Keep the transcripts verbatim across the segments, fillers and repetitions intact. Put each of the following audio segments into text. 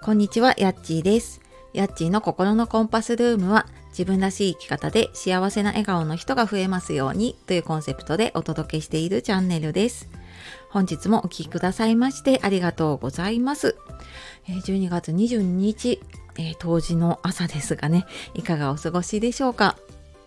こんにちは、やっちーです。やっちーの心のコンパスルームは、自分らしい生き方で幸せな笑顔の人が増えますようにというコンセプトでお届けしているチャンネルです。本日もお聞きくださいましてありがとうございます。じゅうにがつにじゅうににち、えー、冬至の朝ですがね、いかがお過ごしでしょうか。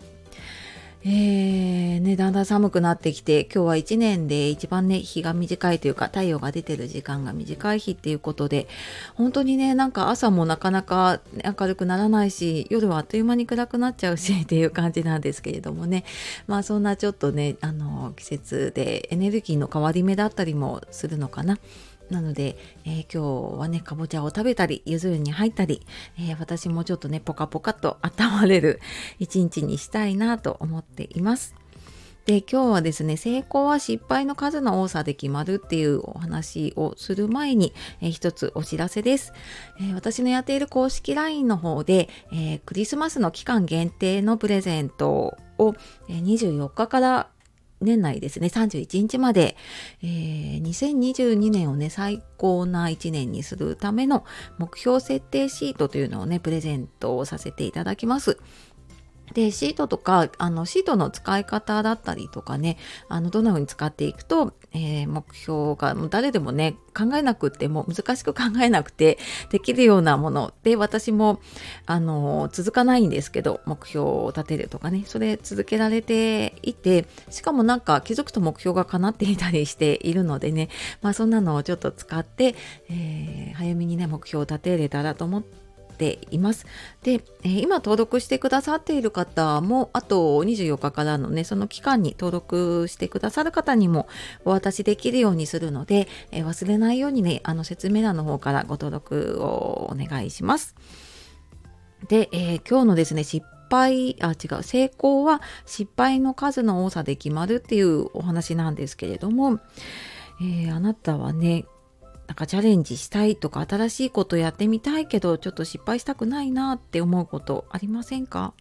えーね、だんだん寒くなってきて、今日はいちねんで一番ね日が短いというか、太陽が出てる時間が短い日っていうことで、本当にね、なんか朝もなかなか明るくならないし、夜はあっという間に暗くなっちゃうしっていう感じなんですけれどもね、まあそんなちょっとね、あの季節でエネルギーの変わり目だったりもするのかな。なので、えー今日はね、かぼちゃを食べたり、ゆず湯に入ったり、えー私もちょっとね、ポカポカと温まれる一日にしたいなと思っています。で、今日はですね、成功は失敗の数の多さで決まるっていうお話をする前に、えー一つお知らせです。えー私のやっている公式 ライン の方で、えークリスマスの期間限定のプレゼントを、えーにじゅうよっかから年内ですね、さんじゅういちにちまで、えーにせんにじゅうにねんをね、最高ないちねんにするための目標設定シートというのをね、プレゼントをさせていただきます。で、シートとか、あの、シートの使い方だったりとかね、あの、どんな風に使っていくと、えー目標が、もう誰でもね、考えなくっても、難しく考えなくてできるようなもので、私も、あの、続かないんですけど、目標を立てるとかね、それ続けられていて、しかもなんか気づくと目標が叶っていたりしているのでね、まあそんなのをちょっと使って、えー早めにね、目標を立てれたらと思って、ています。で、えー今登録してくださっている方も、あとにじゅうよっかからのね、その期間に登録してくださる方にもお渡しできるようにするので、えー忘れないようにね、あの説明欄の方からご登録をお願いします。で、えー今日のですね、失敗、あ、違う、成功は失敗の数の多さで決まるっていうお話なんですけれども、えーあなたはね、なんかチャレンジしたいとか新しいことやってみたいけどちょっと失敗したくないなって思うことありませんか？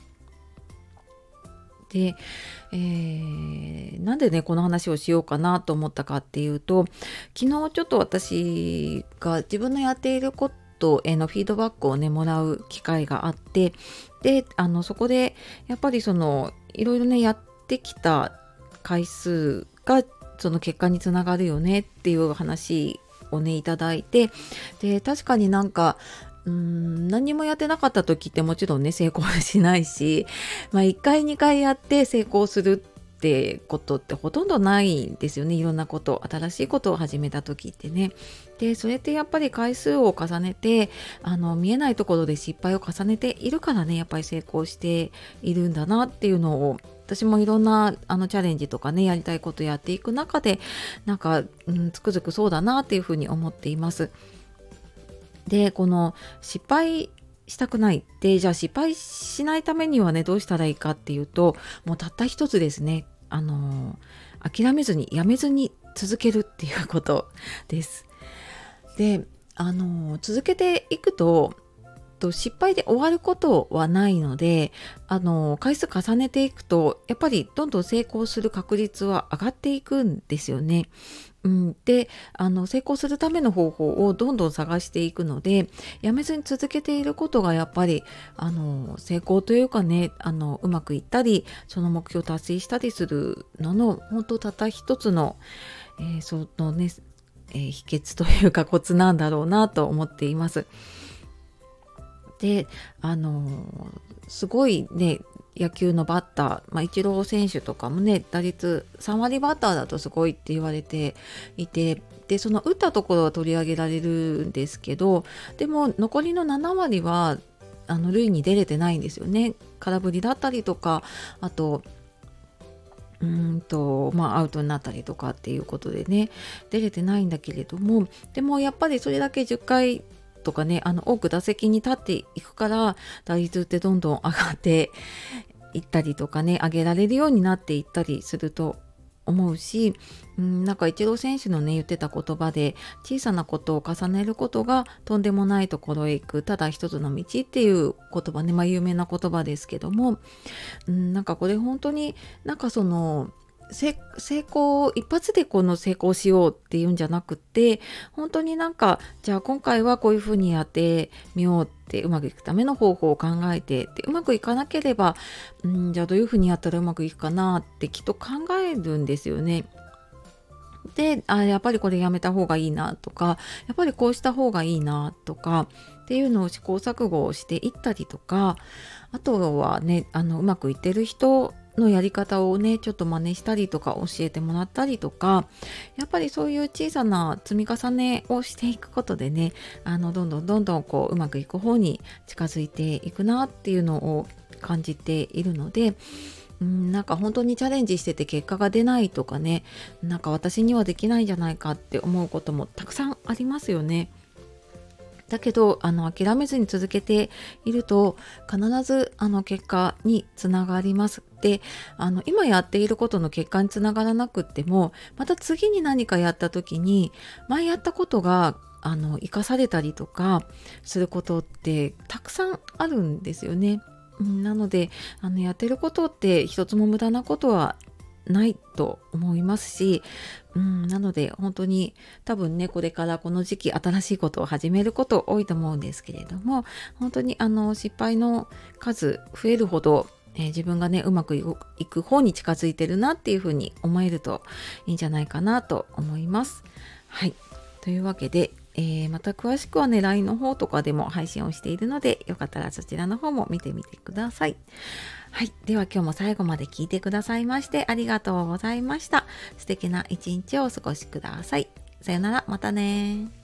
で、えーなんでねこの話をしようかなと思ったかっていうと、昨日ちょっと私が自分のやっていることへのフィードバックをねもらう機会があって、で、あのそこでやっぱりそのいろいろねやってきた回数がその結果につながるよねっていう話をねいただいて、で確かになんかうーん何もやってなかった時ってもちろんね成功しないし、まあいっかいにかいやって成功するってことってほとんどないんですよね。いろんなこと新しいことを始めた時ってね。でそれってやっぱり回数を重ねて、あの見えないところで失敗を重ねているからね、やっぱり成功しているんだなっていうのを、私もいろんなあのチャレンジとかねやりたいことやっていく中でなんか、うん、つくづくそうだなっていうふうに思っています。でこの失敗したくないで、じゃあ失敗しないためにはねどうしたらいいかっていうと、もうたった一つですね。あの諦めずにやめずに続けるっていうことです。であの続けていくとと失敗で終わることはないので、あの回数重ねていくとやっぱりどんどん成功する確率は上がっていくんですよね。うん、であの成功するための方法をどんどん探していくので、やめずに続けていることがやっぱりあの成功というかね、あのうまくいったりその目標を達成したりするのの本当たった一つの、えーそのね、えー秘訣というかコツなんだろうなと思っています。であのすごいね野球のバッター、まあ、イチロー選手とかもね打率さんわりバッターだとすごいって言われていて、でその打ったところは取り上げられるんですけど、でも残りのななわりはあの塁に出れてないんですよね。空振りだったりとか、あとうーんとまあアウトになったりとかっていうことでね出れてないんだけれども、でもやっぱりそれだけじゅっかいとかね、あの多く打席に立っていくから打率ってどんどん上がっていったりとかね、上げられるようになっていったりすると思うし、うん、なんかイチロー選手のね言ってた言葉で、小さなことを重ねることがとんでもないところへ行くただ一つの道っていう言葉ね、まあ有名な言葉ですけども、うん、なんかこれ本当になんかそのせ成功一発でこの成功しようっていうんじゃなくて、本当になんかじゃあ今回はこういうふうにやってみようって、うまくいくための方法を考えて、でうまくいかなければ、うん、じゃあどういうふうにやったらうまくいくかなってきっと考えるんですよね。で、あ、やっぱりこれやめた方がいいなとか、やっぱりこうした方がいいなとかっていうのを試行錯誤をしていったりとか、あとはね、あのうまくいってる人のやり方をねちょっと真似したりとか教えてもらったりとか、やっぱりそういう小さな積み重ねをしていくことでね、あのどんどんどんどんこううまくいく方に近づいていくなっていうのを感じているので、うん、なんか本当にチャレンジしてて結果が出ないとかね、なんか私にはできないんじゃないかって思うこともたくさんありますよね。だけどあの諦めずに続けていると必ずあの結果につながります。で、あの今やっていることの結果につながらなくっても、また次に何かやった時に前やったことがあの生かされたりとかすることってたくさんあるんですよね。うん、なのであのやってることって一つも無駄なことはないと思いますし、うん、なので本当に多分ねこれからこの時期新しいことを始めること多いと思うんですけれども、本当にあの失敗の数増えるほど、えー自分がねうまくいく方に近づいてるなっていうふうに思えるといいんじゃないかなと思います。はい、というわけで、えーまた詳しくはね ライン の方とかでも配信をしているので、よかったらそちらの方も見てみてください。はい、では今日も最後まで聞いてくださいましてありがとうございました。素敵な一日をお過ごしください。さよなら、またね。